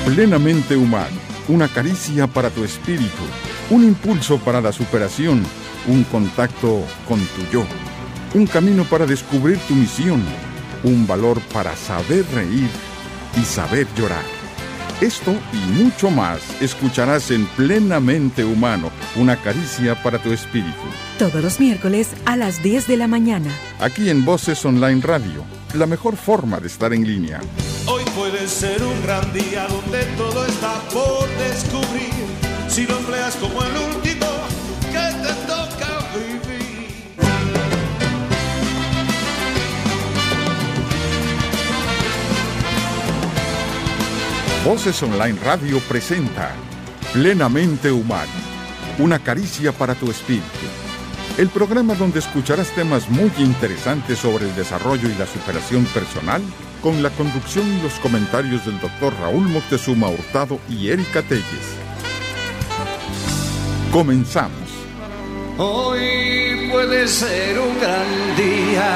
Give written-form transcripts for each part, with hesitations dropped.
Plenamente Humano, una caricia para tu espíritu, un impulso para la superación, un contacto con tu yo, un camino para descubrir tu misión, un valor para saber reír y saber llorar. Esto y mucho más escucharás en Plenamente Humano, una caricia para tu espíritu. Todos los miércoles a las 10 de la mañana. Aquí en Voces Online Radio, la mejor forma de estar en línea. Hoy puede ser un gran día donde todo está por descubrir, si lo empleas como el último que te toca vivir. Voces Online Radio presenta Plenamente Humano, una caricia para tu espíritu. El programa donde escucharás temas muy interesantes sobre el desarrollo y la superación personal, con la conducción y los comentarios del Dr. Raúl Moctezuma Hurtado y Erika Telles. Comenzamos. Hoy puede ser un gran día,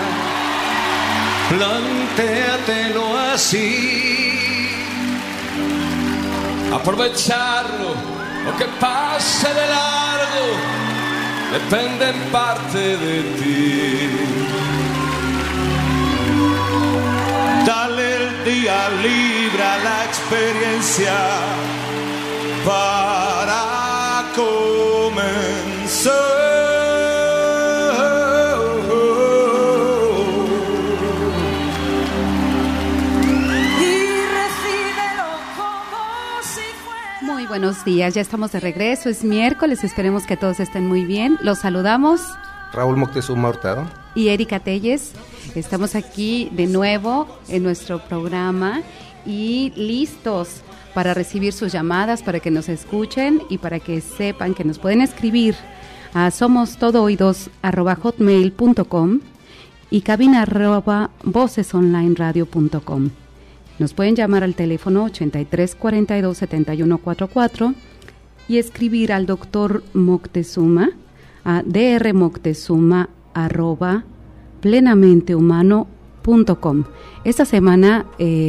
plantéatelo así. Aprovecharlo o que pase de largo depende en parte de ti. Dale el día libre a la experiencia para comenzar. Buenos días, ya estamos de regreso, es miércoles, esperemos que todos estén muy bien. Los saludamos Raúl Moctezuma Hurtado y Erika Telles. Estamos aquí de nuevo en nuestro programa y listos para recibir sus llamadas, para que nos escuchen y para que sepan que nos pueden escribir a somostodoidos@hotmail.com y cabina@vocesonlineradio.com. Nos pueden llamar al teléfono 83 42 71 44 y escribir al Dr. Moctezuma a drmoctezuma@plenamentehumano.com. Esta semana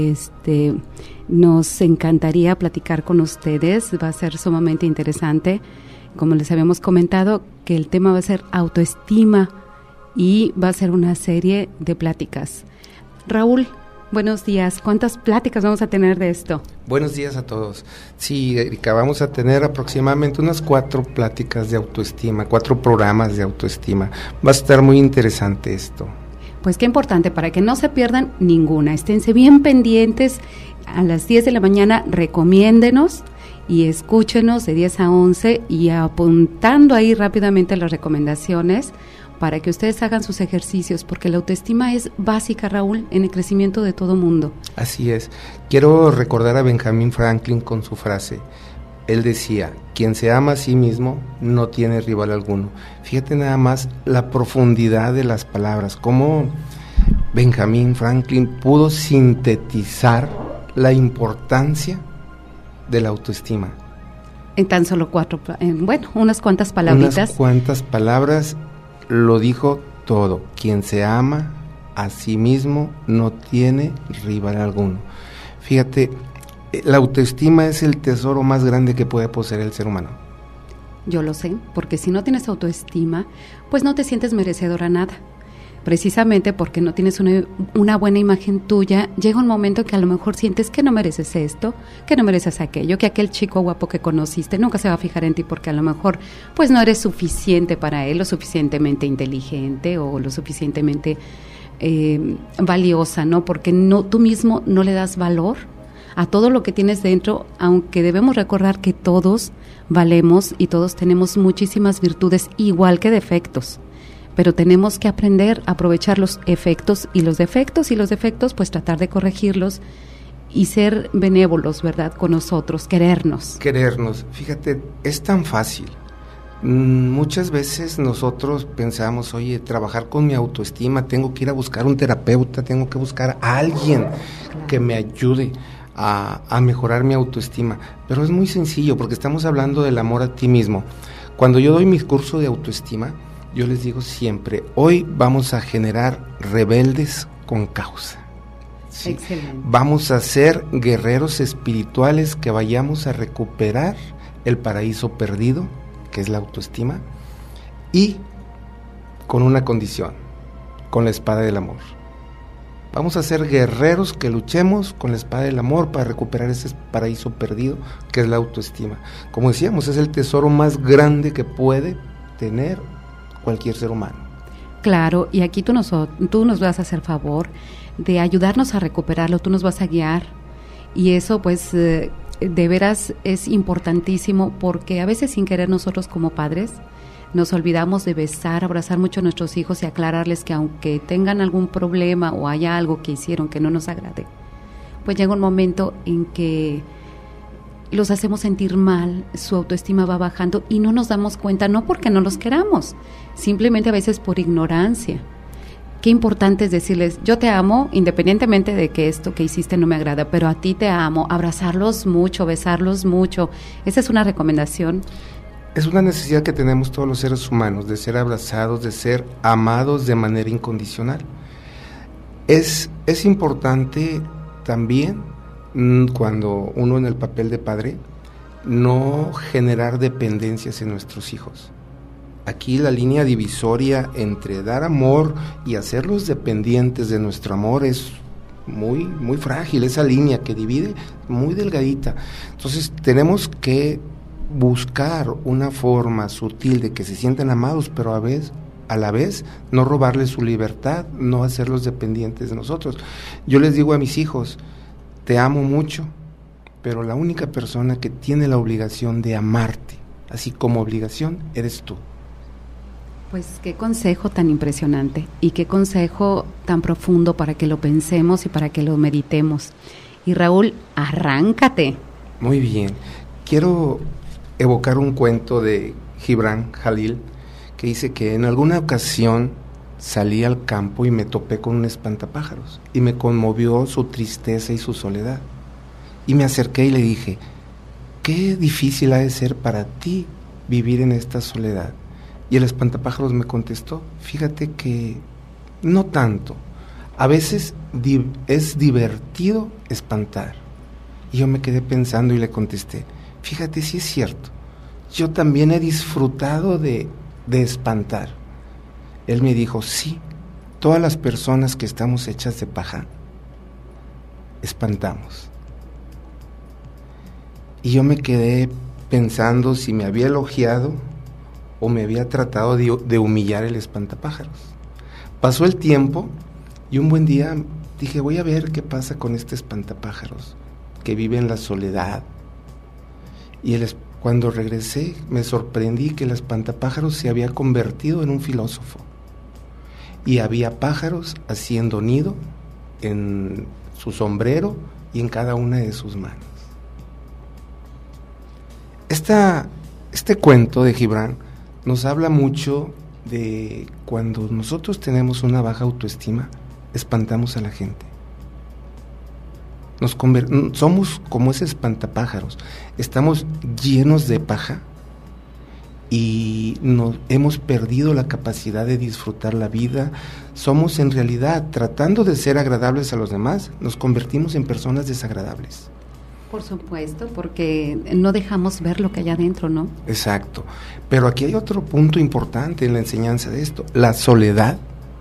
nos encantaría platicar con ustedes, va a ser sumamente interesante. Como les habíamos comentado, que el tema va a ser autoestima y va a ser una serie de pláticas. Raúl, buenos días. ¿Cuántas pláticas vamos a tener de esto? Buenos días a todos. Sí, Erika, vamos a tener aproximadamente unas 4 pláticas de autoestima, 4 programas de autoestima. Va a estar muy interesante esto. Pues qué importante, para que no se pierdan ninguna. Esténse bien pendientes. A las 10 de la mañana recomiéndenos y escúchenos de 10 a 11 y apuntando ahí rápidamente las recomendaciones para que ustedes hagan sus ejercicios, porque la autoestima es básica, Raúl, en el crecimiento de todo mundo. Así es. Quiero recordar a Benjamin Franklin con su frase. Él decía, quien se ama a sí mismo no tiene rival alguno. Fíjate nada más la profundidad de las palabras, cómo Benjamin Franklin pudo sintetizar la importancia de la autoestima. En tan solo 4, unas cuantas palabritas. Unas cuantas palabras. Lo dijo todo. Quien se ama a sí mismo no tiene rival alguno. Fíjate, la autoestima es el tesoro más grande que puede poseer el ser humano. Yo lo sé, porque si no tienes autoestima, pues no te sientes merecedor a nada. Precisamente porque no tienes una buena imagen tuya, llega un momento que a lo mejor sientes que no mereces esto, que no mereces aquello, que aquel chico guapo que conociste nunca se va a fijar en ti porque a lo mejor pues no eres suficiente para él, lo suficientemente inteligente o lo suficientemente valiosa, ¿no? Porque tú mismo no le das valor a todo lo que tienes dentro, aunque debemos recordar que todos valemos y todos tenemos muchísimas virtudes igual que defectos. Pero tenemos que aprender a aprovechar los efectos y los defectos, pues tratar de corregirlos y ser benévolos, ¿verdad?, con nosotros, querernos. Fíjate, es tan fácil. Muchas veces nosotros pensamos, oye, trabajar con mi autoestima, tengo que ir a buscar un terapeuta, tengo que buscar a alguien que me ayude a mejorar mi autoestima. Pero es muy sencillo, porque estamos hablando del amor a ti mismo. Cuando yo doy mi curso de autoestima, yo les digo siempre, hoy vamos a generar rebeldes con causa. ¿sí? Excelente. Vamos a ser guerreros espirituales que vayamos a recuperar el paraíso perdido, que es la autoestima, y con una condición, con la espada del amor. Vamos a ser guerreros que luchemos con la espada del amor para recuperar ese paraíso perdido, que es la autoestima. Como decíamos, es el tesoro más grande que puede tener cualquier ser humano. Claro, y aquí tú nos vas a hacer favor de ayudarnos a recuperarlo, tú nos vas a guiar, y eso pues de veras es importantísimo, porque a veces sin querer nosotros como padres nos olvidamos de besar, abrazar mucho a nuestros hijos y aclararles que aunque tengan algún problema o haya algo que hicieron que no nos agrade, pues llega un momento en que los hacemos sentir mal, su autoestima va bajando y no nos damos cuenta, no porque no los queramos, simplemente a veces por ignorancia. Qué importante es decirles, yo te amo, independientemente de que esto que hiciste no me agrada, pero a ti te amo, abrazarlos mucho, besarlos mucho. Esa es una recomendación. Es una necesidad que tenemos todos los seres humanos, de ser abrazados, de ser amados de manera incondicional. Es importante también, cuando uno en el papel de padre, no generar dependencias en nuestros hijos. Aquí la línea divisoria entre dar amor y hacerlos dependientes de nuestro amor es muy, muy frágil. Esa línea que divide, muy delgadita. Entonces tenemos que buscar una forma sutil de que se sientan amados, pero a la vez no robarles su libertad, no hacerlos dependientes de nosotros. Yo les digo a mis hijos, te amo mucho, pero la única persona que tiene la obligación de amarte, así como obligación, eres tú. Pues qué consejo tan impresionante y qué consejo tan profundo para que lo pensemos y para que lo meditemos. Y Raúl, arráncate. Muy bien. Quiero evocar un cuento de Gibran Jalil, que dice que en alguna ocasión salí al campo y me topé con un espantapájaros y me conmovió su tristeza y su soledad. Y me acerqué y le dije, qué difícil ha de ser para ti vivir en esta soledad. Y el espantapájaros me contestó, fíjate que no tanto, a veces es divertido espantar. Y yo me quedé pensando y le contesté, fíjate, sí es cierto, yo también he disfrutado de espantar. Él me dijo, sí, todas las personas que estamos hechas de paja, espantamos. Y yo me quedé pensando si me había elogiado o me había tratado de humillar el espantapájaros. Pasó el tiempo y un buen día dije, voy a ver qué pasa con este espantapájaros que vive en la soledad. Y cuando regresé me sorprendí que el espantapájaros se había convertido en un filósofo. Y había pájaros haciendo nido en su sombrero y en cada una de sus manos. Este cuento de Gibran nos habla mucho de cuando nosotros tenemos una baja autoestima, espantamos a la gente. Somos como ese espantapájaros, estamos llenos de paja y hemos perdido la capacidad de disfrutar la vida. Somos en realidad, tratando de ser agradables a los demás, nos convertimos en personas desagradables. Por supuesto, porque no dejamos ver lo que hay adentro, ¿no? Exacto, pero aquí hay otro punto importante en la enseñanza de esto, la soledad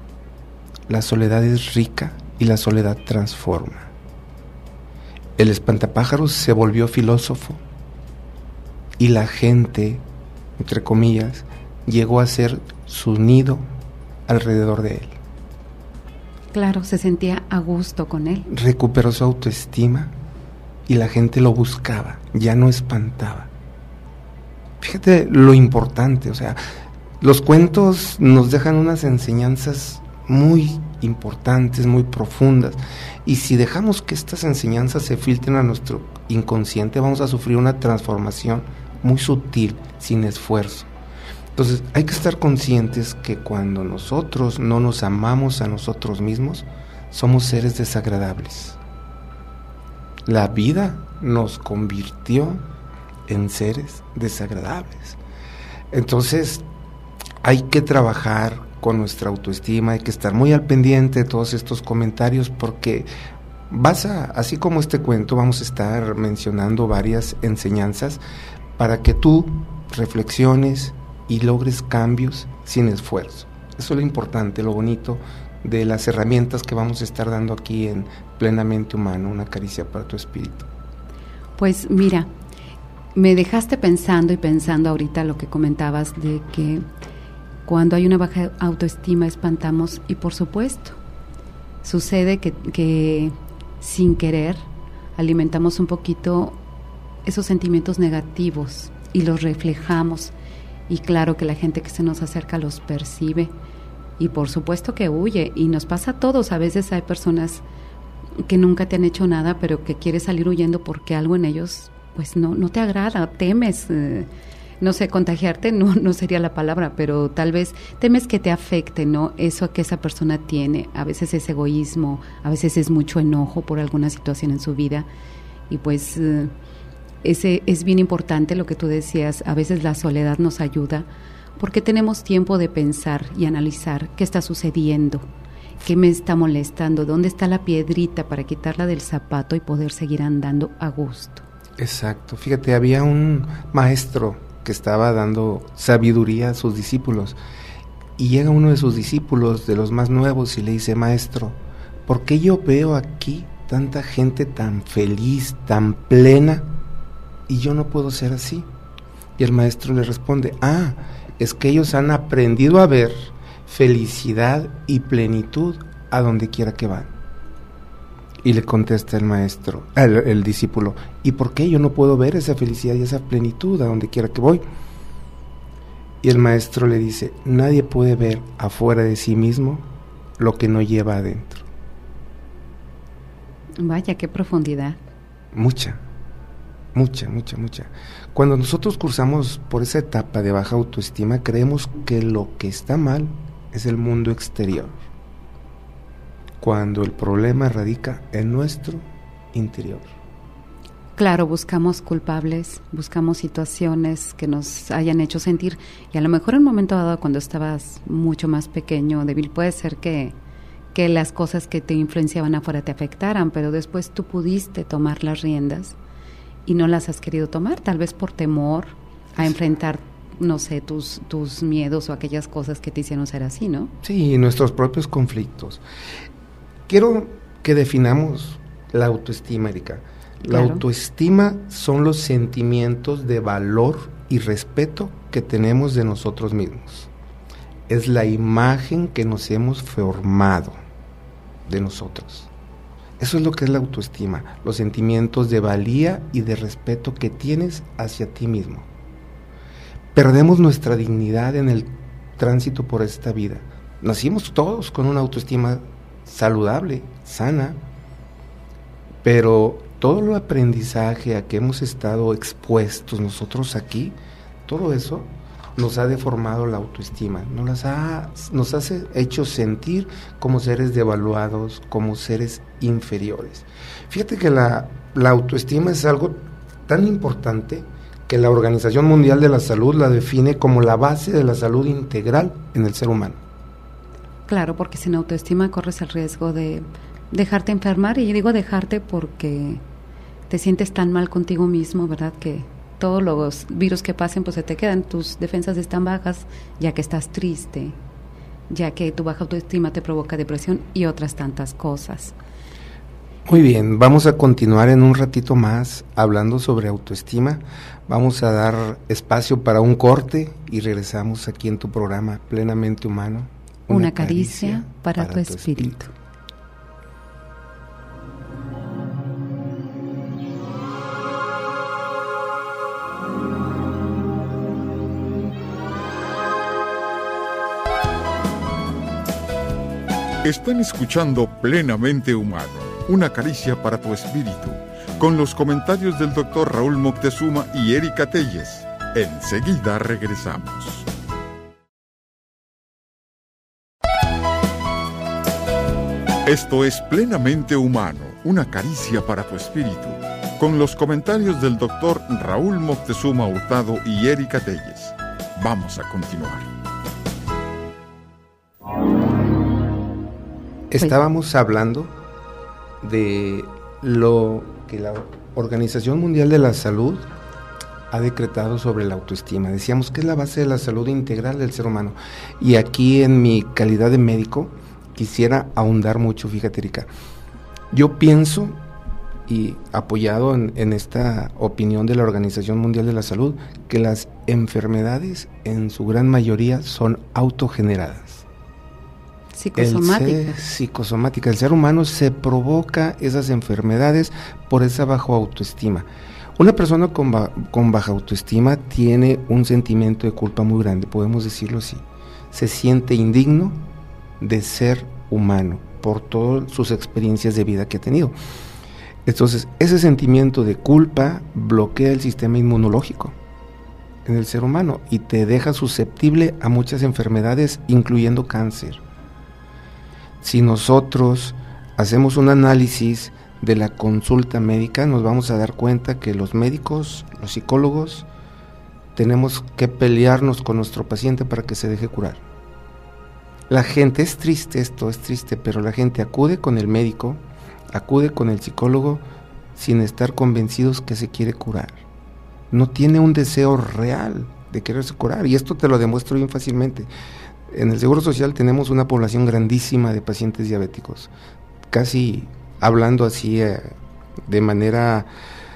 es rica y la soledad transforma. El espantapájaros se volvió filósofo y la gente, entre comillas, llegó a ser su nido alrededor de él. Claro, se sentía a gusto con él. Recuperó su autoestima y la gente lo buscaba, ya no espantaba. Fíjate lo importante, o sea, los cuentos nos dejan unas enseñanzas muy importantes, muy profundas, y si dejamos que estas enseñanzas se filtren a nuestro inconsciente, vamos a sufrir una transformación muy sutil, sin esfuerzo. Entonces hay que estar conscientes que cuando nosotros no nos amamos a nosotros mismos, somos seres desagradables. La vida nos convirtió en seres desagradables. Entonces hay que trabajar con nuestra autoestima, hay que estar muy al pendiente de todos estos comentarios, porque así como este cuento, vamos a estar mencionando varias enseñanzas para que tú reflexiones y logres cambios sin esfuerzo. Eso es lo importante, lo bonito de las herramientas que vamos a estar dando aquí en Plenamente Humano, una caricia para tu espíritu. Pues mira, me dejaste pensando ahorita lo que comentabas de que cuando hay una baja autoestima espantamos, y por supuesto, sucede que sin querer alimentamos un poquito esos sentimientos negativos y los reflejamos, y claro que la gente que se nos acerca los percibe y por supuesto que huye, y nos pasa a todos. A veces hay personas que nunca te han hecho nada, pero que quieres salir huyendo porque algo en ellos pues no te agrada, temes, no sé, contagiarte no sería la palabra, pero tal vez temes que te afecte, ¿no? Eso que esa persona tiene. A veces es egoísmo, a veces es mucho enojo por alguna situación en su vida, y pues es bien importante lo que tú decías. A veces la soledad nos ayuda porque tenemos tiempo de pensar y analizar qué está sucediendo, qué me está molestando, dónde está la piedrita para quitarla del zapato y poder seguir andando a gusto. Exacto. Fíjate, había un maestro que estaba dando sabiduría a sus discípulos, y llega uno de sus discípulos, de los más nuevos, y le dice: maestro, ¿por qué yo veo aquí tanta gente tan feliz, tan plena, y yo no puedo ser así? Y el maestro le responde: es que ellos han aprendido a ver felicidad y plenitud a donde quiera que van. Y le contesta el discípulo: ¿y por qué yo no puedo ver esa felicidad y esa plenitud a donde quiera que voy? Y el maestro le dice: nadie puede ver afuera de sí mismo lo que no lleva adentro. Vaya, qué profundidad. Mucha. Cuando nosotros cursamos por esa etapa de baja autoestima, creemos que lo que está mal es el mundo exterior, cuando el problema radica en nuestro interior. Claro, buscamos culpables, buscamos situaciones que nos hayan hecho sentir, y a lo mejor en un momento dado, cuando estabas mucho más pequeño, débil, puede ser que las cosas que te influenciaban afuera te afectaran, pero después tú pudiste tomar las riendas y no las has querido tomar, tal vez por temor a enfrentar, no sé, tus miedos o aquellas cosas que te hicieron ser así, ¿no? Sí, nuestros propios conflictos. Quiero que definamos la autoestima, Erika. La autoestima son los sentimientos de valor y respeto que tenemos de nosotros mismos. Es la imagen que nos hemos formado de nosotros. Eso es lo que es la autoestima, los sentimientos de valía y de respeto que tienes hacia ti mismo. Perdemos nuestra dignidad en el tránsito por esta vida. Nacimos todos con una autoestima saludable, sana, pero todo el aprendizaje a que hemos estado expuestos nosotros aquí, todo eso nos ha deformado la autoestima, nos ha hecho sentir como seres devaluados, como seres inferiores. Fíjate que la autoestima es algo tan importante que la Organización Mundial de la Salud la define como la base de la salud integral en el ser humano. Claro, porque sin autoestima corres el riesgo de dejarte enfermar, y digo dejarte porque te sientes tan mal contigo mismo, ¿verdad? Que todos los virus que pasen pues se te quedan, tus defensas están bajas, ya que estás triste, ya que tu baja autoestima te provoca depresión y otras tantas cosas. Muy bien, vamos a continuar en un ratito más hablando sobre autoestima. Vamos a dar espacio para un corte y regresamos aquí en tu programa Plenamente Humano. Una caricia para tu espíritu. Están escuchando Plenamente Humano, una caricia para tu espíritu, con los comentarios del Dr. Raúl Moctezuma y Erika Telles. Enseguida regresamos. Esto es Plenamente Humano, una caricia para tu espíritu, con los comentarios del Dr. Raúl Moctezuma Hurtado y Erika Telles. Vamos a continuar. Estábamos hablando de lo que la Organización Mundial de la Salud ha decretado sobre la autoestima. Decíamos que es la base de la salud integral del ser humano. Y aquí, en mi calidad de médico, quisiera ahondar mucho, fíjate, Erika. Yo pienso, y apoyado en esta opinión de la Organización Mundial de la Salud, que las enfermedades en su gran mayoría son autogeneradas. Psicosomática. El ser humano se provoca esas enfermedades por esa baja autoestima. Una persona con baja autoestima tiene un sentimiento de culpa muy grande, podemos decirlo así. Se siente indigno de ser humano por todas sus experiencias de vida que ha tenido. Entonces, ese sentimiento de culpa bloquea el sistema inmunológico en el ser humano y te deja susceptible a muchas enfermedades, incluyendo cáncer. Si nosotros hacemos un análisis de la consulta médica, nos vamos a dar cuenta que los médicos, los psicólogos, tenemos que pelearnos con nuestro paciente para que se deje curar. La gente, es triste, pero la gente acude con el médico, acude con el psicólogo sin estar convencidos que se quiere curar. No tiene un deseo real de quererse curar, y esto te lo demuestro bien fácilmente. En el Seguro Social tenemos una población grandísima de pacientes diabéticos, casi hablando así de manera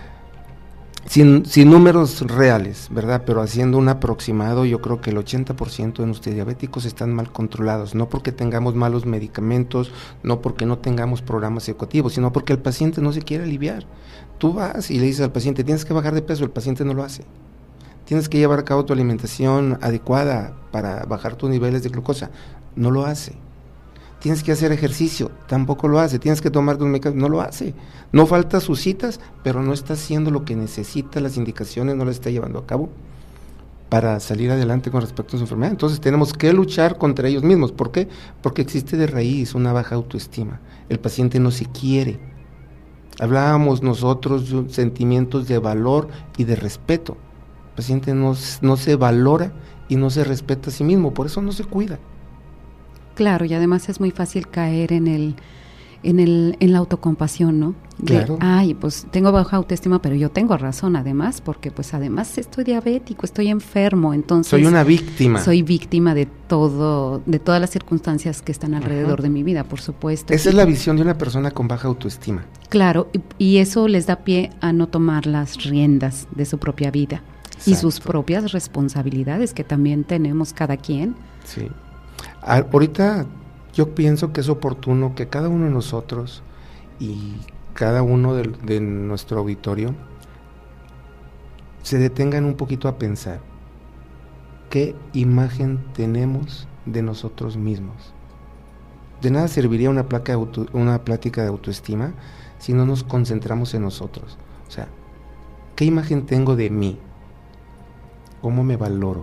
sin números reales, ¿verdad? Pero haciendo un aproximado, yo creo que el 80% de nuestros diabéticos están mal controlados, no porque tengamos malos medicamentos, no porque no tengamos programas educativos, sino porque el paciente no se quiere aliviar. Tú vas y le dices al paciente, tienes que bajar de peso, el paciente no lo hace. Tienes que llevar a cabo tu alimentación adecuada para bajar tus niveles de glucosa, no lo hace. Tienes que hacer ejercicio, tampoco lo hace. Tienes que tomar tus medicamentos, no lo hace. No falta sus citas, pero no está haciendo lo que necesita, las indicaciones no las está llevando a cabo para salir adelante con respecto a su enfermedad. Entonces tenemos que luchar contra ellos mismos. ¿Por qué? Porque existe de raíz una baja autoestima. El paciente no se quiere. Hablábamos nosotros de sentimientos de valor y de respeto. El paciente no se valora y no se respeta a sí mismo, por eso no se cuida. Claro, y además es muy fácil caer en la autocompasión, ¿no? Claro. Pues tengo baja autoestima, pero yo tengo razón además, porque pues además estoy diabético, estoy enfermo, entonces soy una víctima. Soy víctima de todas las circunstancias que están alrededor de mi vida, por supuesto. Esa es la visión de una persona con baja autoestima. Claro, y eso les da pie a no tomar las riendas de su propia vida. Exacto. Y sus propias responsabilidades que también tenemos cada quien. Sí. Ahorita yo pienso que es oportuno que cada uno de nosotros y cada uno de nuestro auditorio se detengan un poquito a pensar qué imagen tenemos de nosotros mismos. De nada serviría una plática de autoestima si no nos concentramos en nosotros. O sea, ¿qué imagen tengo de mí? ¿Cómo me valoro?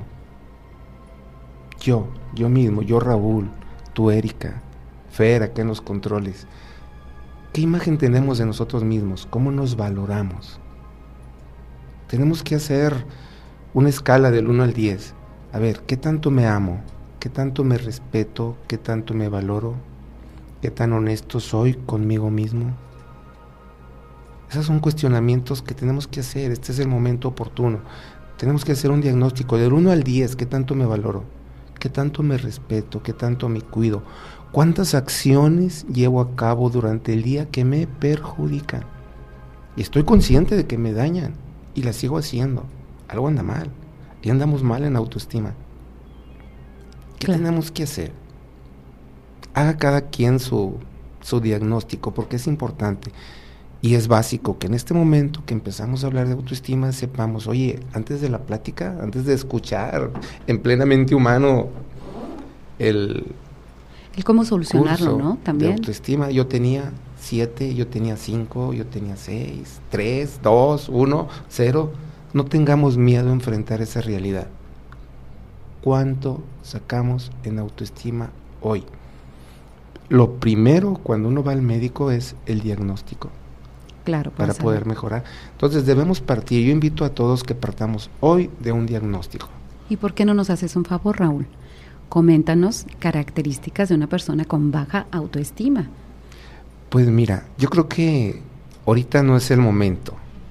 Yo mismo, yo Raúl, tú Erika, Fer, acá en los controles. ¿Qué imagen tenemos de nosotros mismos? ¿Cómo nos valoramos? Tenemos que hacer una escala del 1 al 10. A ver, ¿qué tanto me amo? ¿Qué tanto me respeto? ¿Qué tanto me valoro? ¿Qué tan honesto soy conmigo mismo? Esos son cuestionamientos que tenemos que hacer. Este es el momento oportuno. Tenemos que hacer un diagnóstico del 1 al 10. ¿Qué tanto me valoro? ¿Qué tanto me respeto? ¿Qué tanto me cuido? ¿Cuántas acciones llevo a cabo durante el día que me perjudican? Y estoy consciente de que me dañan y las sigo haciendo. Algo anda mal. Y andamos mal en autoestima. ¿Qué tenemos que hacer? Haga cada quien su diagnóstico, porque es importante. Y es básico que en este momento que empezamos a hablar de autoestima sepamos, oye, antes de la plática, antes de escuchar en Plenamente Humano el cómo solucionarlo, ¿no? También. De autoestima, yo tenía 7, yo tenía 5, yo tenía 6, 3, 2, 1, 0. No tengamos miedo a enfrentar esa realidad. ¿Cuánto sacamos en autoestima hoy? Lo primero cuando uno va al médico es el diagnóstico. Claro, para poder mejorar. Entonces debemos partir, yo invito a todos que partamos hoy de un diagnóstico. ¿Y por qué no nos haces un favor, Raúl? Coméntanos características de una persona con baja autoestima. Pues mira, yo creo que ahorita no es el momento.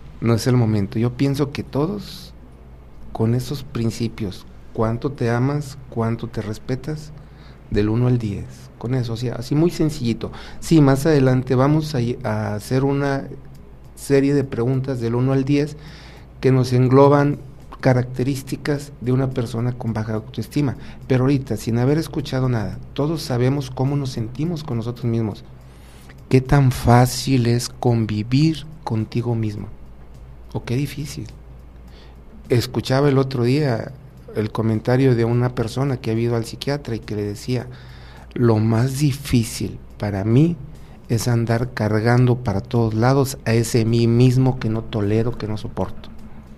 Yo pienso que todos, con esos principios, cuánto te amas, cuánto te respetas, del 1 al 10, con eso, o sea, así muy sencillito. Sí, más adelante vamos a hacer una serie de preguntas del 1 al 10 que nos engloban características de una persona con baja autoestima, pero ahorita, sin haber escuchado nada, todos sabemos cómo nos sentimos con nosotros mismos. ¿Qué tan fácil es convivir contigo mismo? ¿O qué difícil? Escuchaba el otro día el comentario de una persona que ha ido al psiquiatra y que le decía, lo más difícil para mí es andar cargando para todos lados a ese mí mismo que no tolero, que no soporto.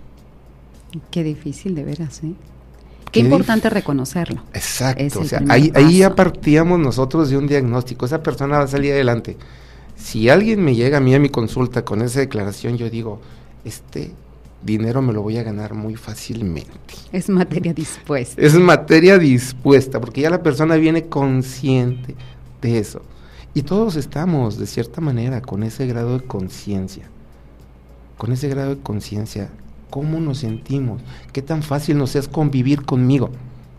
Qué difícil, de veras, ¿eh? Qué importante reconocerlo. Exacto, o sea, ahí ya partíamos nosotros de un diagnóstico, esa persona va a salir adelante. Si alguien me llega a mí a mi consulta con esa declaración, yo digo, dinero me lo voy a ganar muy fácilmente. Es materia dispuesta. Es materia dispuesta, porque ya la persona viene consciente de eso. Y todos estamos, de cierta manera, con ese grado de conciencia. Con ese grado de conciencia, ¿cómo nos sentimos? ¿Qué tan fácil nos es convivir conmigo?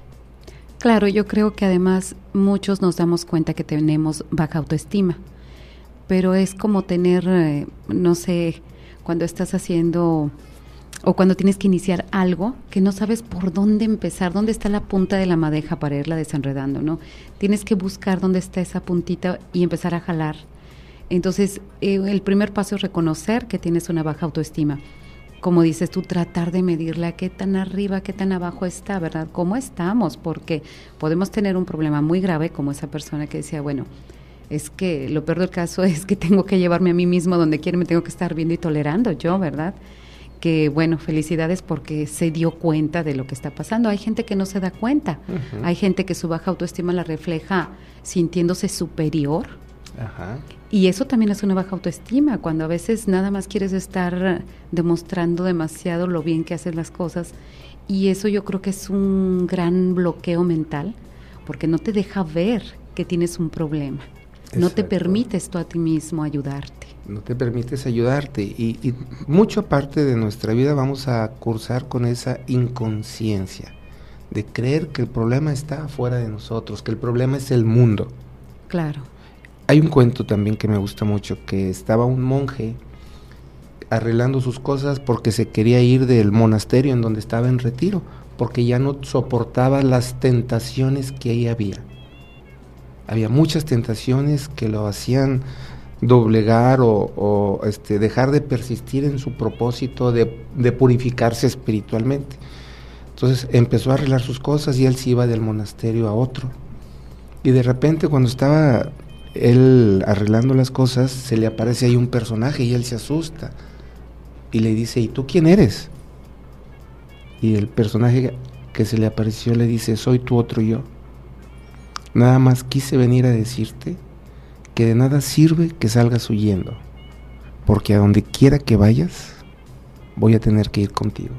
Claro, yo creo que además muchos nos damos cuenta que tenemos baja autoestima, pero es como tener, no sé, cuando estás haciendo o cuando tienes que iniciar algo que no sabes por dónde empezar, dónde está la punta de la madeja para irla desenredando, ¿no? Tienes que buscar dónde está esa puntita y empezar a jalar. Entonces, el primer paso es reconocer que tienes una baja autoestima. Como dices tú, tratar de medirla, qué tan arriba, qué tan abajo está, ¿verdad? ¿Cómo estamos? Porque podemos tener un problema muy grave como esa persona que decía, bueno, es que lo peor del caso es que tengo que llevarme a mí mismo donde quiera, me tengo que estar viendo y tolerando yo, ¿verdad? Que bueno, felicidades porque se dio cuenta de lo que está pasando. Hay gente que no se da cuenta, hay gente que su baja autoestima la refleja sintiéndose superior. Ajá. Y eso también es una baja autoestima, cuando a veces nada más quieres estar demostrando demasiado lo bien que haces las cosas, y eso yo creo que es un gran bloqueo mental, porque no te deja ver que tienes un problema. Exacto. No te permites tú a ti mismo ayudarte. No te permites ayudarte, y mucho parte de nuestra vida vamos a cursar con esa inconsciencia, de creer que el problema está afuera de nosotros, que el problema es el mundo. Claro. Hay un cuento también que me gusta mucho, que estaba un monje arreglando sus cosas porque se quería ir del monasterio en donde estaba en retiro, porque ya no soportaba las tentaciones que ahí había. Había muchas tentaciones que lo hacían doblegar o dejar de persistir en su propósito de purificarse espiritualmente. Entonces empezó a arreglar sus cosas y él se iba del monasterio a otro. Y de repente, cuando estaba él arreglando las cosas, se le aparece ahí un personaje y él se asusta y le dice, ¿y tú quién eres? Y el personaje que se le apareció le dice, soy tu otro yo. Nada más quise venir a decirte que de nada sirve que salgas huyendo, porque a donde quiera que vayas voy a tener que ir contigo.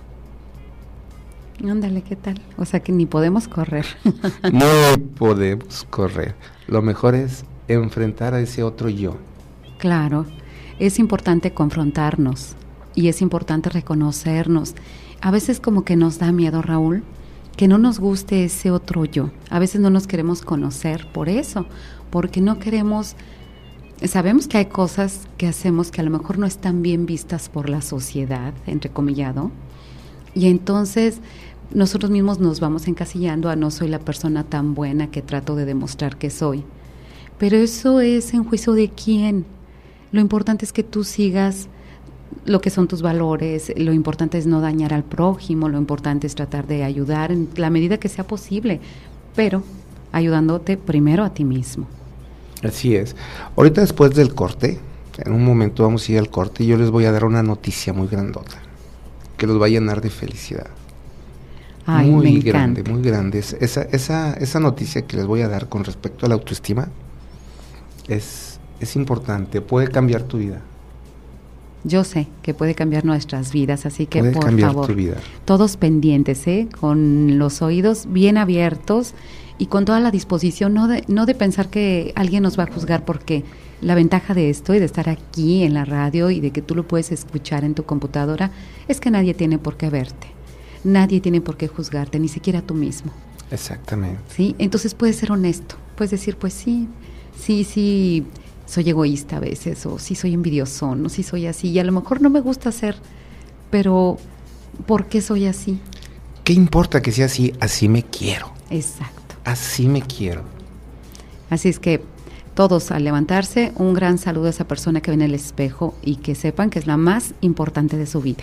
Ándale, ¿qué tal? O sea que ni podemos correr. No podemos correr. Lo mejor es enfrentar a ese otro yo. Claro, es importante confrontarnos y es importante reconocernos. A veces como que nos da miedo, Raúl, que no nos guste ese otro yo. A veces no nos queremos conocer por eso, porque no queremos. Sabemos que hay cosas que hacemos que a lo mejor no están bien vistas por la sociedad, entrecomillado, y entonces nosotros mismos nos vamos encasillando a no soy la persona tan buena que trato de demostrar que soy. Pero eso es en juicio de quién. Lo importante es que tú sigas lo que son tus valores, lo importante es no dañar al prójimo, lo importante es tratar de ayudar en la medida que sea posible, pero ayudándote primero a ti mismo. Así es. Ahorita, después del corte, en un momento vamos a ir al corte y yo les voy a dar una noticia muy grandota que los va a llenar de felicidad. Ay, muy grande, muy grande. Esa noticia que les voy a dar con respecto a la autoestima es importante, puede cambiar tu vida. Yo sé que puede cambiar nuestras vidas, así que puede por cambiar favor, tu vida. Todos pendientes, con los oídos bien abiertos y con toda la disposición, no de pensar que alguien nos va a juzgar porque La ventaja de esto y de estar aquí en la radio y de que tú lo puedes escuchar en tu computadora es que nadie tiene por qué verte. Nadie tiene por qué juzgarte, ni siquiera tú mismo. Exactamente. ¿Sí? Entonces puedes ser honesto. Puedes decir, pues sí, soy egoísta a veces, o sí soy envidiosón, o sí soy así. Y a lo mejor no me gusta ser, pero ¿por qué soy así? ¿Qué importa que sea así? Así me quiero. Exacto. Así me quiero. Así es que todos al levantarse, un gran saludo a esa persona que ve en el espejo y que sepan que es la más importante de su vida.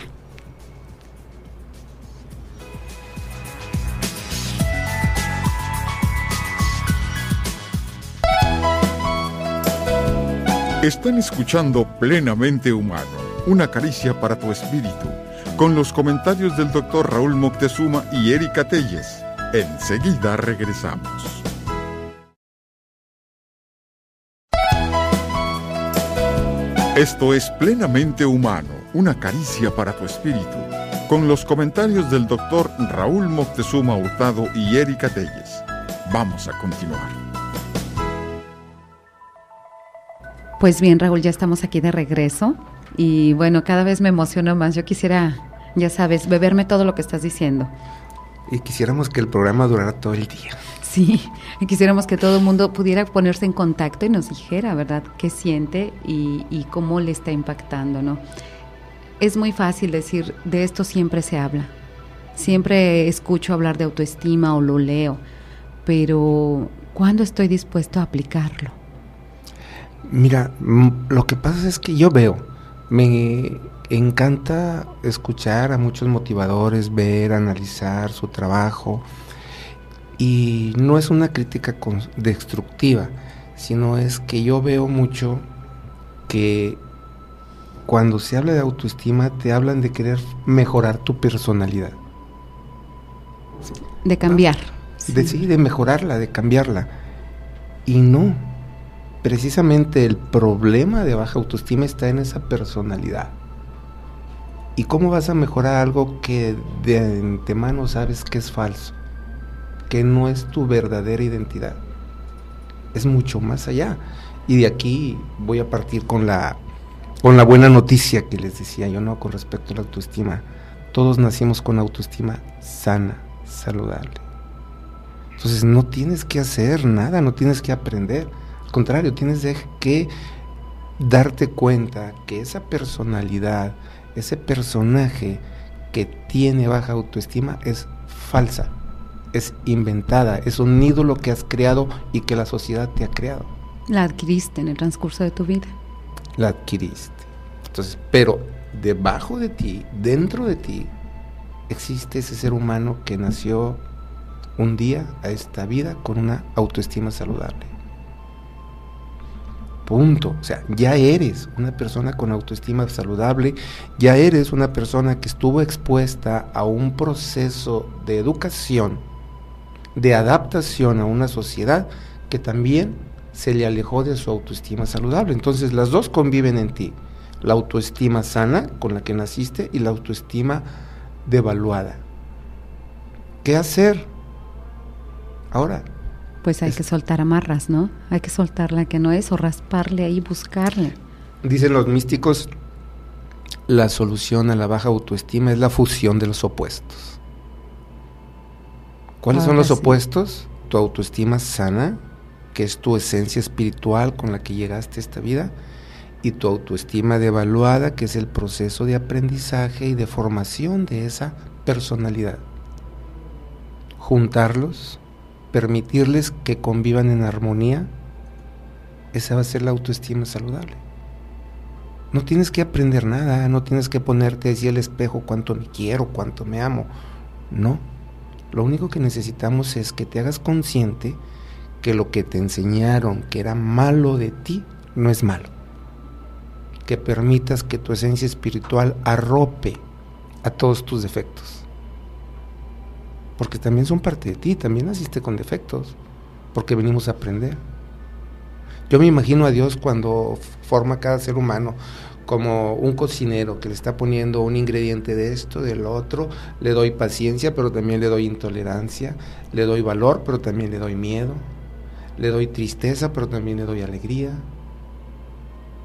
Están escuchando Plenamente Humano, una caricia para tu espíritu, con los comentarios del Dr. Raúl Moctezuma y Erika Telles. Enseguida regresamos. Esto es Plenamente Humano, una caricia para tu espíritu, con los comentarios del Dr. Raúl Moctezuma Hurtado y Erika Telles. Vamos a continuar. Pues bien, Raúl, ya estamos aquí de regreso y bueno, cada vez me emociono más. Yo quisiera, ya sabes, beberme todo lo que estás diciendo. Y quisiéramos que el programa durara todo el día. Sí, y quisiéramos que todo el mundo pudiera ponerse en contacto y nos dijera, ¿verdad?, qué siente y cómo le está impactando, ¿no? Es muy fácil decir, de esto siempre se habla. Siempre escucho hablar de autoestima o lo leo, pero ¿cuándo estoy dispuesto a aplicarlo? Mira, lo que pasa es que yo veo, me encanta escuchar a muchos motivadores, ver, analizar su trabajo, y no es una crítica destructiva, sino es que yo veo mucho que cuando se habla de autoestima te hablan de querer mejorar tu personalidad. De cambiar. De mejorarla, de cambiarla. Y no, precisamente el problema de baja autoestima está en esa personalidad. ¿Y cómo vas a mejorar algo que de antemano sabes que es falso? Que no es tu verdadera identidad. Es mucho más allá. Y de aquí voy a partir con la buena noticia que les decía yo, ¿no?, con respecto a la autoestima. Todos nacimos con autoestima sana, saludable. Entonces no tienes que hacer nada, no tienes que aprender. Al contrario, tienes que darte cuenta que esa personalidad, ese personaje que tiene baja autoestima es falsa, es inventada, es un ídolo que has creado y que la sociedad te ha creado. La adquiriste en el transcurso de tu vida. La adquiriste. Entonces, pero debajo de ti, dentro de ti, existe ese ser humano que nació un día a esta vida con una autoestima saludable. Punto. O sea, ya eres una persona con autoestima saludable, ya eres una persona que estuvo expuesta a un proceso de educación, de adaptación a una sociedad que también se le alejó de su autoestima saludable. Entonces las dos conviven en ti, la autoestima sana con la que naciste y la autoestima devaluada. ¿Qué hacer? Ahora, pues hay que soltar amarras, ¿no? Hay que soltar la que no es o rasparle ahí, buscarle. Dicen los místicos, la solución a la baja autoestima es la fusión de los opuestos. ¿Cuáles son los opuestos? Tu autoestima sana, que es tu esencia espiritual con la que llegaste a esta vida, y tu autoestima devaluada, que es el proceso de aprendizaje y de formación de esa personalidad. Juntarlos, permitirles que convivan en armonía, esa va a ser la autoestima saludable. No tienes que aprender nada, no tienes que ponerte así al espejo cuánto me quiero, cuánto me amo. No, lo único que necesitamos es que te hagas consciente que lo que te enseñaron que era malo de ti, no es malo. Que permitas que tu esencia espiritual arrope a todos tus defectos. Porque también son parte de ti, también naciste con defectos, porque venimos a aprender. Yo me imagino a Dios cuando forma cada ser humano como un cocinero que le está poniendo un ingrediente de esto, del otro. Le doy paciencia, pero también le doy intolerancia, le doy valor, pero también le doy miedo, le doy tristeza, pero también le doy alegría.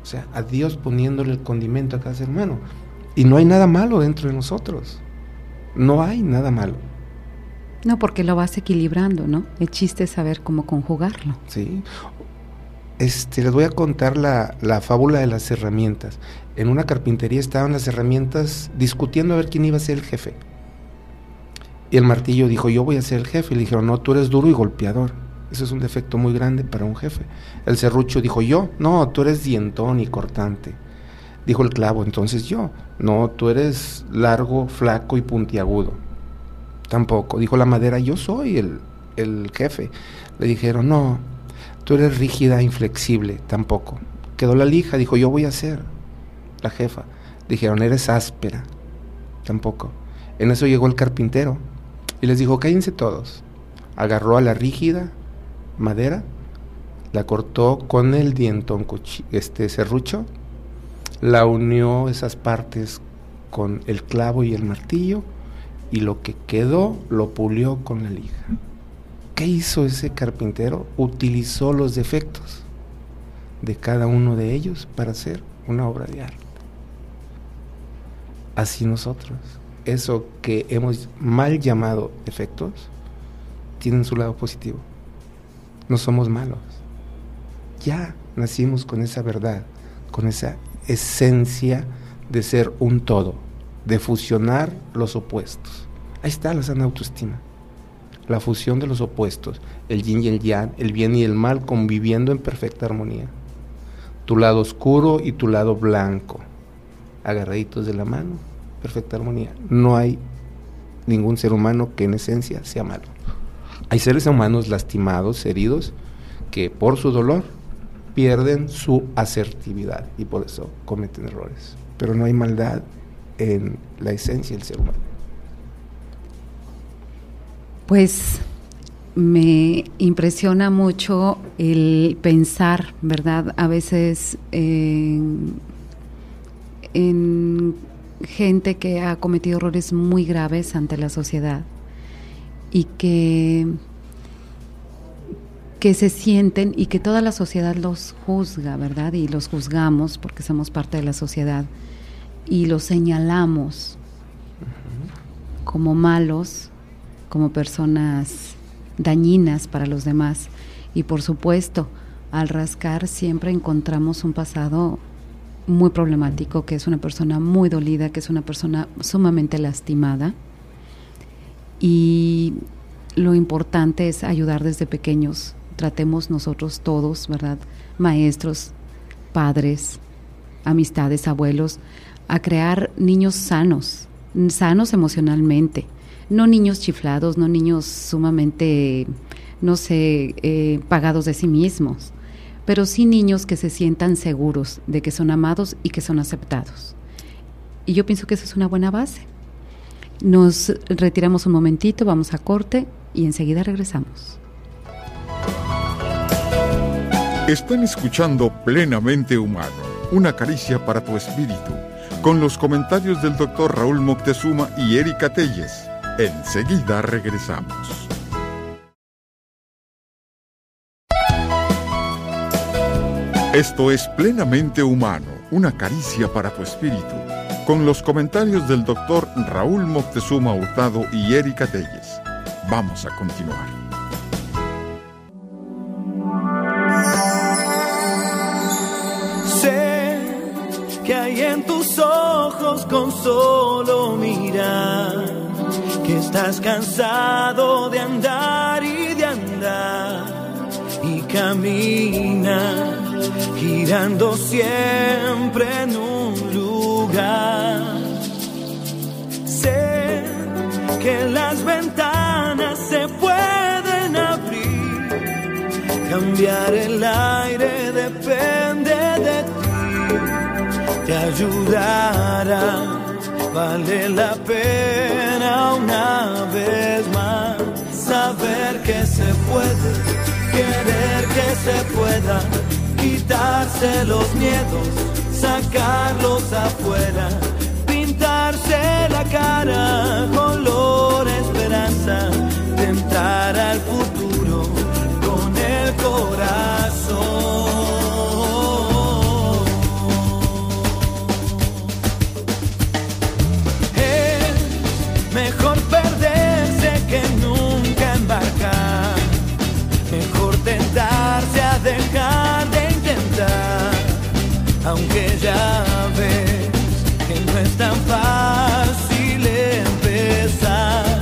sea, a Dios poniéndole el condimento a cada ser humano. Y no hay nada malo dentro de nosotros. No hay nada malo. No, porque lo vas equilibrando, ¿no? El chiste es saber cómo conjugarlo. Sí. Les voy a contar la fábula de las herramientas. En una carpintería estaban las herramientas discutiendo a ver quién iba a ser el jefe. Y el martillo dijo, yo voy a ser el jefe. Y le dijeron, no, tú eres duro y golpeador. Eso es un defecto muy grande para un jefe. El serrucho dijo, yo, no, tú eres dientón y cortante. Dijo el clavo, entonces yo, no, tú eres largo, flaco y puntiagudo. Tampoco. Dijo la madera, yo soy el jefe. Le dijeron, no, tú eres rígida, inflexible. Tampoco. Quedó la lija, dijo, yo voy a ser la jefa. Dijeron, eres áspera. Tampoco. En eso llegó el carpintero y les dijo, cállense todos. Agarró a la rígida madera, la cortó con el dientón serrucho, la unió esas partes con el clavo y el martillo, y lo que quedó lo pulió con la lija. ¿Qué hizo ese carpintero? Utilizó los defectos de cada uno de ellos para hacer una obra de arte. Así nosotros, eso que hemos mal llamado defectos, tienen su lado positivo. No somos malos. Ya nacimos con esa verdad, con esa esencia de ser un todo, de fusionar los opuestos. Ahí está la sana autoestima. La fusión de los opuestos, el yin y el yang, el bien y el mal conviviendo en perfecta armonía. Tu lado oscuro y tu lado blanco, agarraditos de la mano, perfecta armonía. No hay ningún ser humano que en esencia sea malo. Hay seres humanos lastimados, heridos, que por su dolor pierden su asertividad y por eso cometen errores. Pero no hay maldad en la esencia del ser humano. Pues me impresiona mucho el pensar, ¿verdad? A veces en gente que ha cometido errores muy graves ante la sociedad y que se sienten y que toda la sociedad los juzga, ¿verdad? Y los juzgamos porque somos parte de la sociedad y los señalamos como malos, como personas dañinas para los demás. Y por supuesto, al rascar siempre encontramos un pasado muy problemático, que es una persona muy dolida, que es una persona sumamente lastimada. Y lo importante es ayudar desde pequeños. Tratemos nosotros todos, ¿verdad? Maestros, padres, amistades, abuelos, a crear niños sanos emocionalmente. No niños chiflados, no niños sumamente, pagados de sí mismos, pero sí niños que se sientan seguros de que son amados y que son aceptados. Y yo pienso que eso es una buena base. Nos retiramos un momentito, vamos a corte y enseguida regresamos. Están escuchando Plenamente Humano, una caricia para tu espíritu, con los comentarios del Dr. Raúl Moctezuma y Erika Telles. Enseguida regresamos. Esto es Plenamente Humano, una caricia para tu espíritu, con los comentarios del Dr. Raúl Moctezuma Hurtado y Erika Telles. Vamos a continuar. Sé que hay en tus ojos con solo mirar, que estás cansado de andar y de andar, y camina girando siempre en un lugar. Sé que las ventanas se pueden abrir, cambiar el aire depende de ti, te ayudará, vale la pena una vez más saber que se puede, querer que se pueda, quitarse los miedos, sacarlos afuera, pintarse la cara color esperanza, tentar al futuro con el corazón. aunque ya ves que no es tan fácil empezar.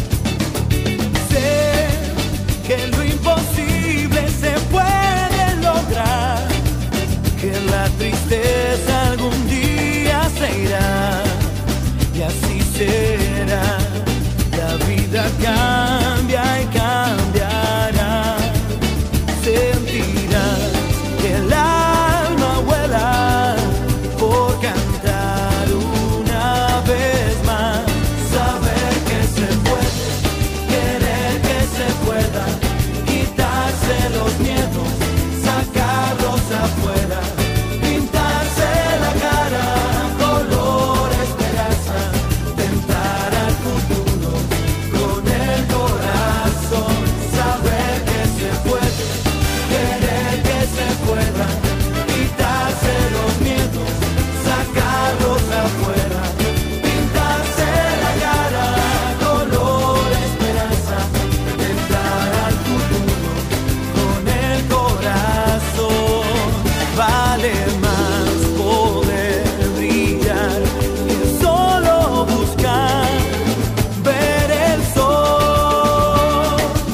Sé que lo imposible se puede lograr, que la tristeza algún día se irá, y así será. La vida cambia y cambiará. Sentirás que el alma vuela por cantar una vez más. Saber que se puede, querer que se pueda, quitarse los miedos, sacarlos afuera, pintarse la cara, color esperanza, tentar al futuro con el corazón. Saber que se puede, querer que se pueda, quitarse los miedos, sacarlos afuera, pintarse la cara, color esperanza, tentar al futuro con el corazón. Vale más poder brillar que solo buscar ver el sol.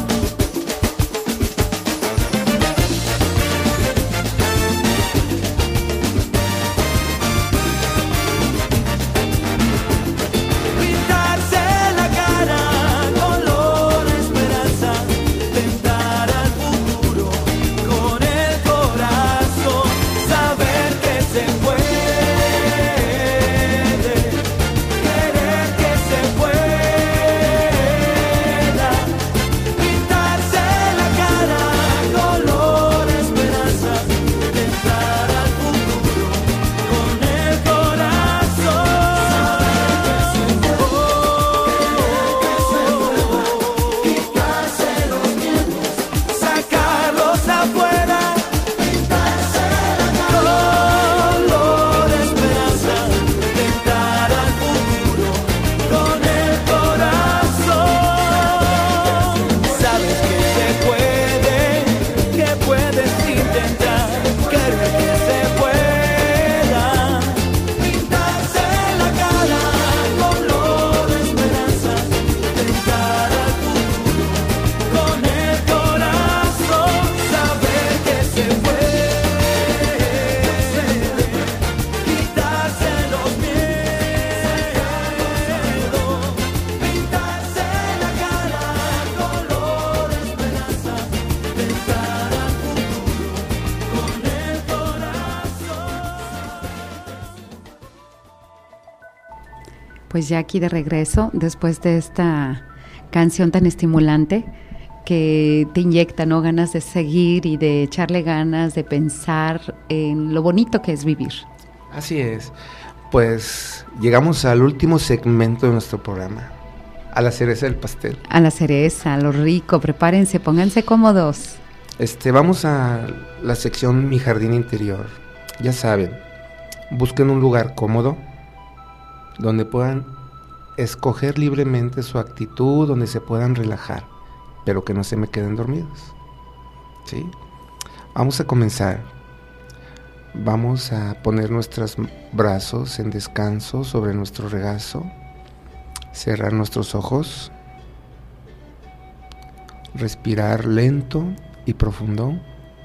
Pintarse la cara, color esperanza, tentar al futuro con el corazón. Saber que se puede, querer que se pueda, pintarse la cara, color esperanza, tentar al futuro con el corazón. Quitarse los miedos, sacarlos afuera, pintarse la cara, color esperanza, tentar al futuro con el corazón. Sabes que se puede, que puedes intentar, querer que se pueda, pintarse la cara, color esperanza, tentar al futuro con el corazón. Saber que se puede, quitarse los miedos, pintarse la cara, color esperanza, tentar al futuro con el corazón. Pues ya aquí de regreso, después de esta canción tan estimulante que te inyecta, ¿no?, ganas de seguir y de echarle ganas, de pensar en lo bonito que es vivir. Así es. Pues llegamos al último segmento de nuestro programa, a la cereza del pastel. A la cereza, a lo rico, prepárense, pónganse cómodos. Vamos a la sección Mi Jardín Interior. Ya saben, busquen un lugar cómodo donde puedan escoger libremente su actitud, donde se puedan relajar, pero que no se me queden dormidos. ¿Sí? Vamos a comenzar. Vamos a poner nuestros brazos en descanso sobre nuestro regazo, cerrar nuestros ojos, respirar lento y profundo,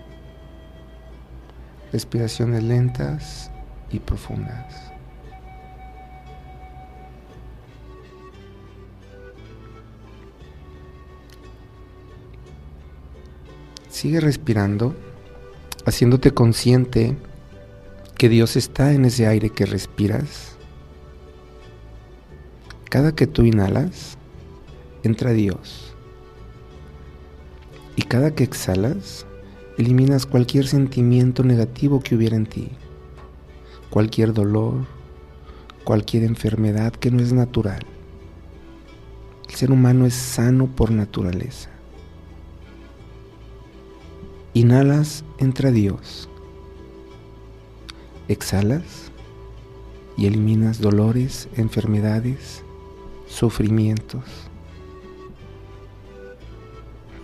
respiraciones lentas y profundas. Sigue respirando, haciéndote consciente que Dios está en ese aire que respiras. Cada que tú inhalas, entra Dios. Y cada que exhalas, eliminas cualquier sentimiento negativo que hubiera en ti, cualquier dolor, cualquier enfermedad que no es natural. El ser humano es sano por naturaleza. Inhalas, entra Dios. Exhalas y eliminas dolores, enfermedades, sufrimientos.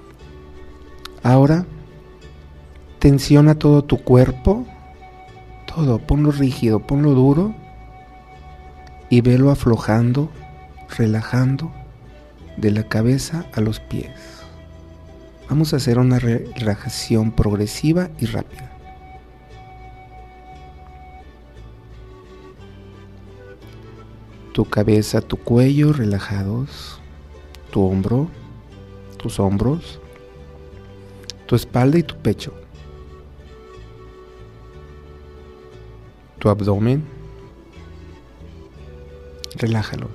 Ahora tensiona todo tu cuerpo, todo, ponlo rígido, ponlo duro y velo aflojando, relajando de la cabeza a los pies. Vamos a hacer una relajación progresiva y rápida. Tu cabeza, tu cuello relajados, tu hombro, tus hombros, tu espalda y tu pecho, tu abdomen, relájalos.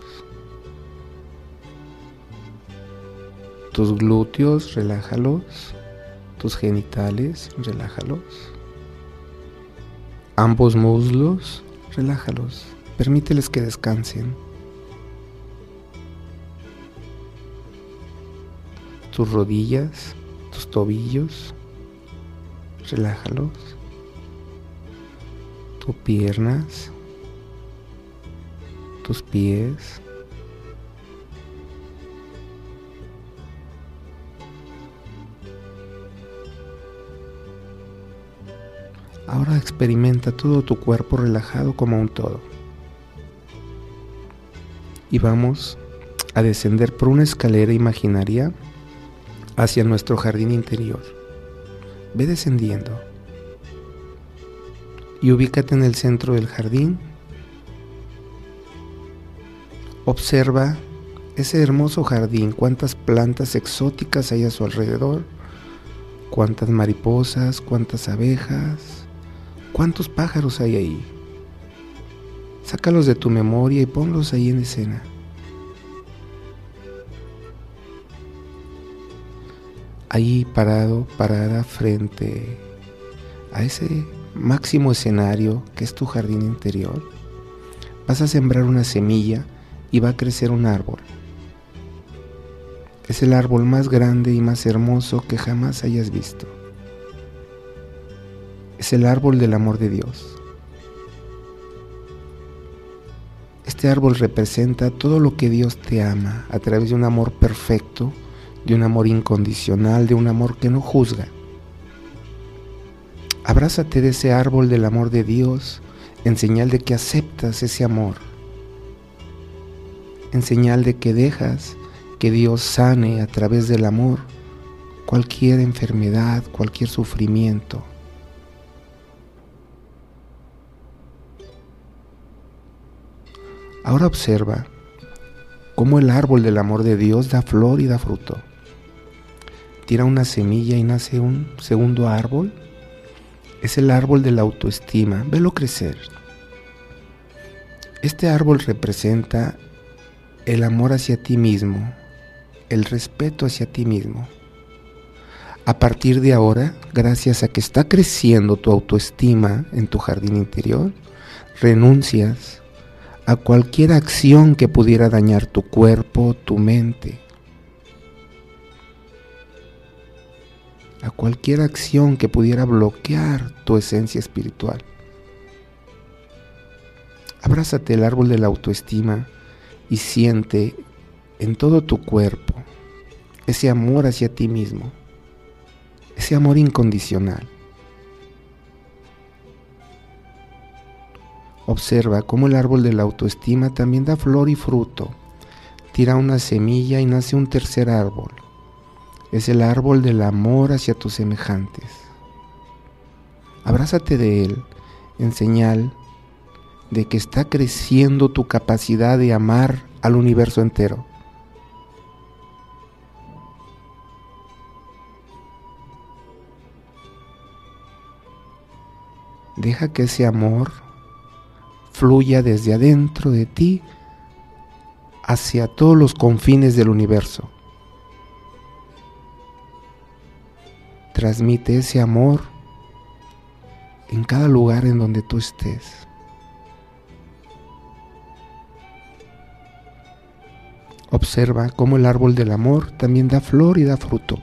Tus glúteos, relájalos. Tus genitales, relájalos. Ambos muslos, relájalos. Permíteles que descansen. Tus rodillas, tus tobillos, relájalos. Tus piernas, tus pies. Ahora experimenta todo tu cuerpo relajado como un todo. Y vamos a descender por una escalera imaginaria hacia nuestro jardín interior. Ve descendiendo y ubícate en el centro del jardín. Observa ese hermoso jardín, cuántas plantas exóticas hay a su alrededor, cuántas mariposas, cuántas abejas, cuántos pájaros hay ahí. Sácalos de tu memoria y ponlos ahí en escena. Ahí parada frente a ese máximo escenario que es tu jardín interior, vas a sembrar una semilla y va a crecer un árbol. Es el árbol más grande y más hermoso que jamás hayas visto. Es el árbol del amor de Dios. Este árbol representa todo lo que Dios te ama a través de un amor perfecto, de un amor incondicional, de un amor que no juzga. Abrázate de ese árbol del amor de Dios en señal de que aceptas ese amor, en señal de que dejas que Dios sane a través del amor cualquier enfermedad, cualquier sufrimiento. Ahora observa cómo el árbol del amor de Dios da flor y da fruto. Tira una semilla y nace un segundo árbol. Es el árbol de la autoestima. Velo crecer. Este árbol representa el amor hacia ti mismo, el respeto hacia ti mismo. A partir de ahora, gracias a que está creciendo tu autoestima en tu jardín interior, renuncias a cualquier acción que pudiera dañar tu cuerpo, tu mente. A cualquier acción que pudiera bloquear tu esencia espiritual. Abrázate el árbol de la autoestima y siente en todo tu cuerpo ese amor hacia ti mismo, ese amor incondicional. Observa cómo el árbol de la autoestima también da flor y fruto. Tira una semilla y nace un tercer árbol. Es el árbol del amor hacia tus semejantes. Abrázate de él en señal de que está creciendo tu capacidad de amar al universo entero. Deja que ese amor fluya desde adentro de ti hacia todos los confines del universo. Transmite ese amor en cada lugar en donde tú estés. Observa cómo el árbol del amor también da flor y da fruto.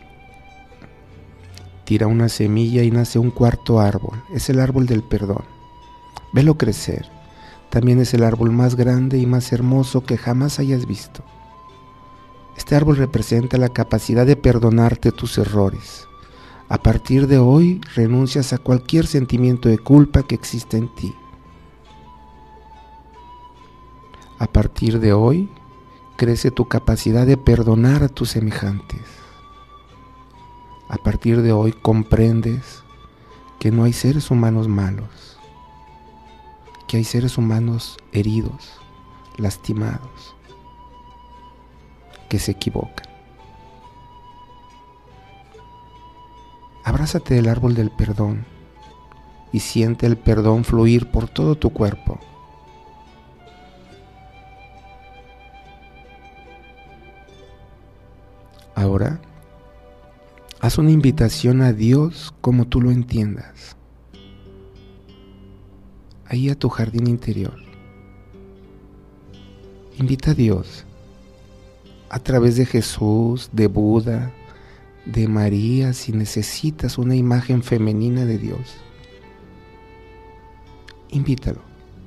Tira una semilla y nace un cuarto árbol. Es el árbol del perdón. Velo crecer. También es el árbol más grande y más hermoso que jamás hayas visto. Este árbol representa la capacidad de perdonarte tus errores. A partir de hoy renuncias a cualquier sentimiento de culpa que existe en ti. A partir de hoy crece tu capacidad de perdonar a tus semejantes. A partir de hoy comprendes que no hay seres humanos malos, que hay seres humanos heridos, lastimados, que se equivocan. Abrázate del árbol del perdón y siente el perdón fluir por todo tu cuerpo. Ahora, haz una invitación a Dios como tú lo entiendas. Ahí a tu jardín interior. Invita a Dios a través de Jesús, de Buda, de María, si necesitas una imagen femenina de Dios. Invítalo.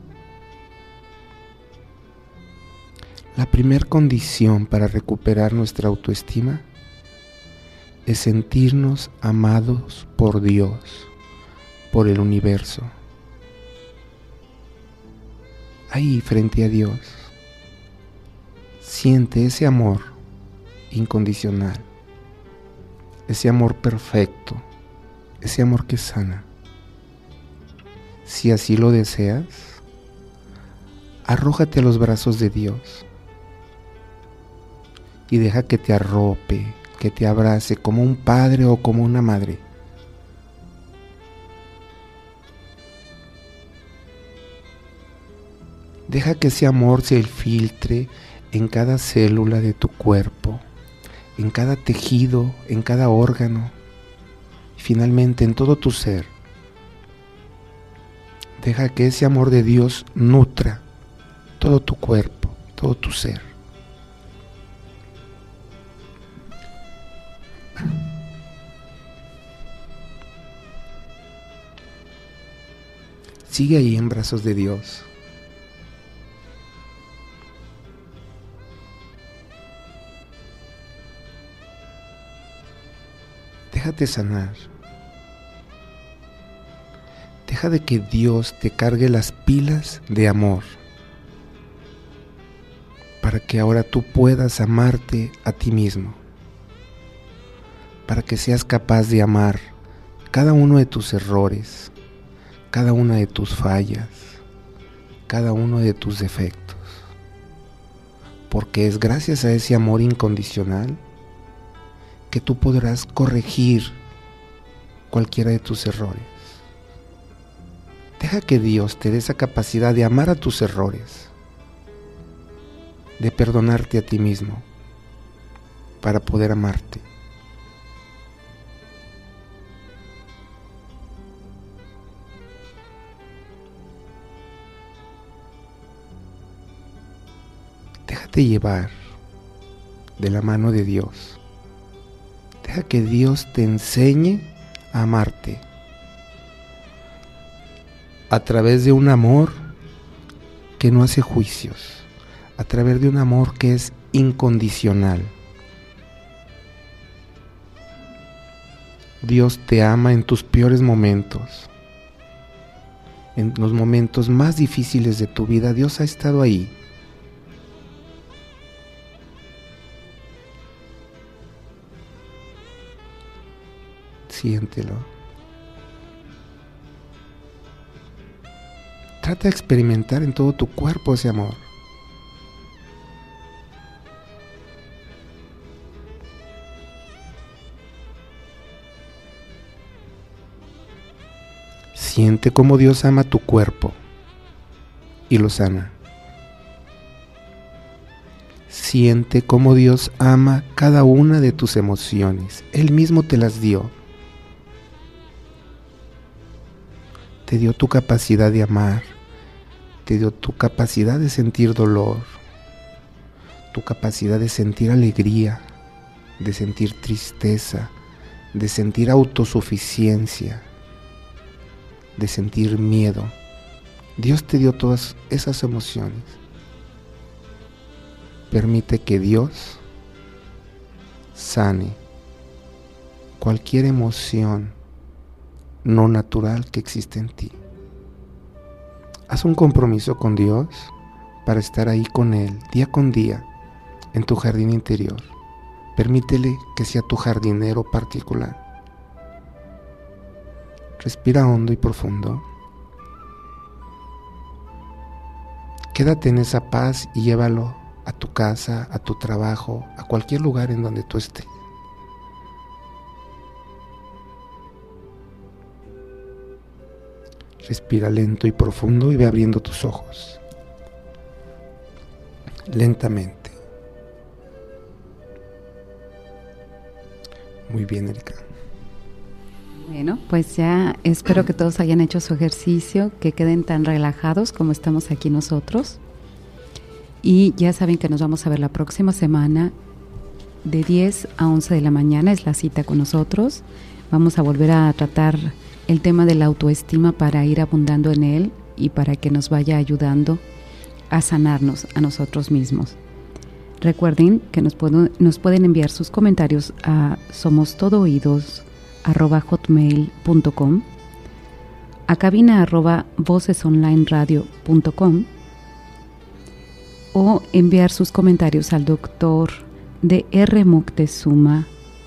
La primera condición para recuperar nuestra autoestima es sentirnos amados por Dios, por el universo. Ahí frente a Dios, siente ese amor incondicional, ese amor perfecto, ese amor que sana. Si así lo deseas, arrójate a los brazos de Dios y deja que te arrope, que te abrace como un padre o como una madre. Deja que ese amor se infiltre en cada célula de tu cuerpo, en cada tejido, en cada órgano y finalmente en todo tu ser. Deja que ese amor de Dios nutra todo tu cuerpo, todo tu ser. Sigue ahí en brazos de Dios. Déjate sanar. Deja de que Dios te cargue las pilas de amor para que ahora tú puedas amarte a ti mismo, para que seas capaz de amar cada uno de tus errores, cada una de tus fallas, cada uno de tus defectos, porque es gracias a ese amor incondicional que tú podrás corregir cualquiera de tus errores. Deja que Dios te dé esa capacidad de amar a tus errores, de perdonarte a ti mismo, para poder amarte. Déjate llevar de la mano de Dios. Deja que Dios te enseñe a amarte a través de un amor que no hace juicios, a través de un amor que es incondicional. Dios te ama en tus peores momentos, en los momentos más difíciles de tu vida. Dios ha estado ahí. Siéntelo. Trata de experimentar en todo tu cuerpo ese amor. Siente cómo Dios ama tu cuerpo y lo sana. Siente cómo Dios ama cada una de tus emociones. Él mismo te las dio. Te dio tu capacidad de amar, te dio tu capacidad de sentir dolor, tu capacidad de sentir alegría, de sentir tristeza, de sentir autosuficiencia, de sentir miedo. Dios te dio todas esas emociones. Permite que Dios sane cualquier emoción no natural que existe en ti. Haz un compromiso con Dios para estar ahí con Él día con día en tu jardín interior. Permítele que sea tu jardinero particular. Respira hondo y profundo. Quédate en esa paz y llévalo a tu casa, a tu trabajo, a cualquier lugar en donde tú estés. Respira lento y profundo y ve abriendo tus ojos. Lentamente. Muy bien, Erika. Bueno, pues ya espero que todos hayan hecho su ejercicio, que queden tan relajados como estamos aquí nosotros. Y ya saben que nos vamos a ver la próxima semana de 10 a 11 de la mañana, es la cita con nosotros. Vamos a volver a tratar el tema de la autoestima para ir abundando en él y para que nos vaya ayudando a sanarnos a nosotros mismos. Recuerden que nos pueden enviar sus comentarios a somostodoidos@hotmail.com, a cabina@vocesonlineradio.com, o enviar sus comentarios al doctor Dr. Moctezuma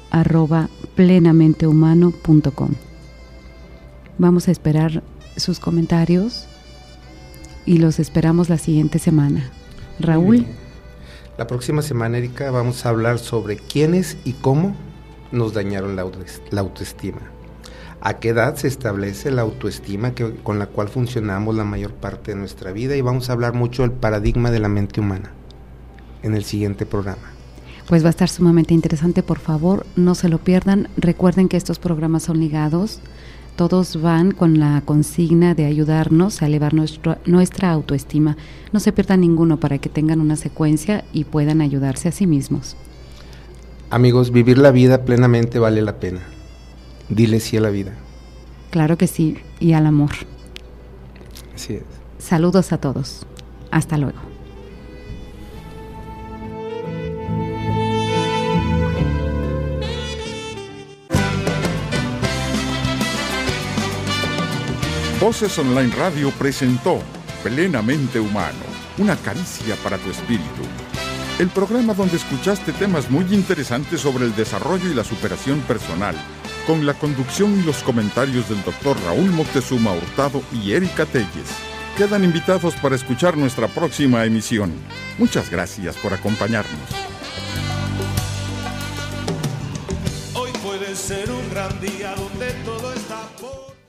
@plenamenthumano.com. Vamos a esperar sus comentarios y los esperamos la siguiente semana. Raúl. La próxima semana, Erika, vamos a hablar sobre quiénes y cómo nos dañaron la autoestima. ¿A qué edad se establece la autoestima con la cual funcionamos la mayor parte de nuestra vida? Y vamos a hablar mucho del paradigma de la mente humana en el siguiente programa. Pues va a estar sumamente interesante, por favor, no se lo pierdan. Recuerden que estos programas son ligados, todos van con la consigna de ayudarnos a elevar nuestra autoestima. No se pierdan ninguno para que tengan una secuencia y puedan ayudarse a sí mismos. Amigos, vivir la vida plenamente vale la pena. Dile sí a la vida. Claro que sí, y al amor. Así es. Saludos a todos. Hasta luego. Voces Online Radio presentó Plenamente Humano, una caricia para tu espíritu. El programa donde escuchaste temas muy interesantes sobre el desarrollo y la superación personal, con la conducción y los comentarios del Dr. Raúl Moctezuma Hurtado y Erika Telles. Quedan invitados para escuchar nuestra próxima emisión. Muchas gracias por acompañarnos. Hoy puede ser un gran día donde todo está por...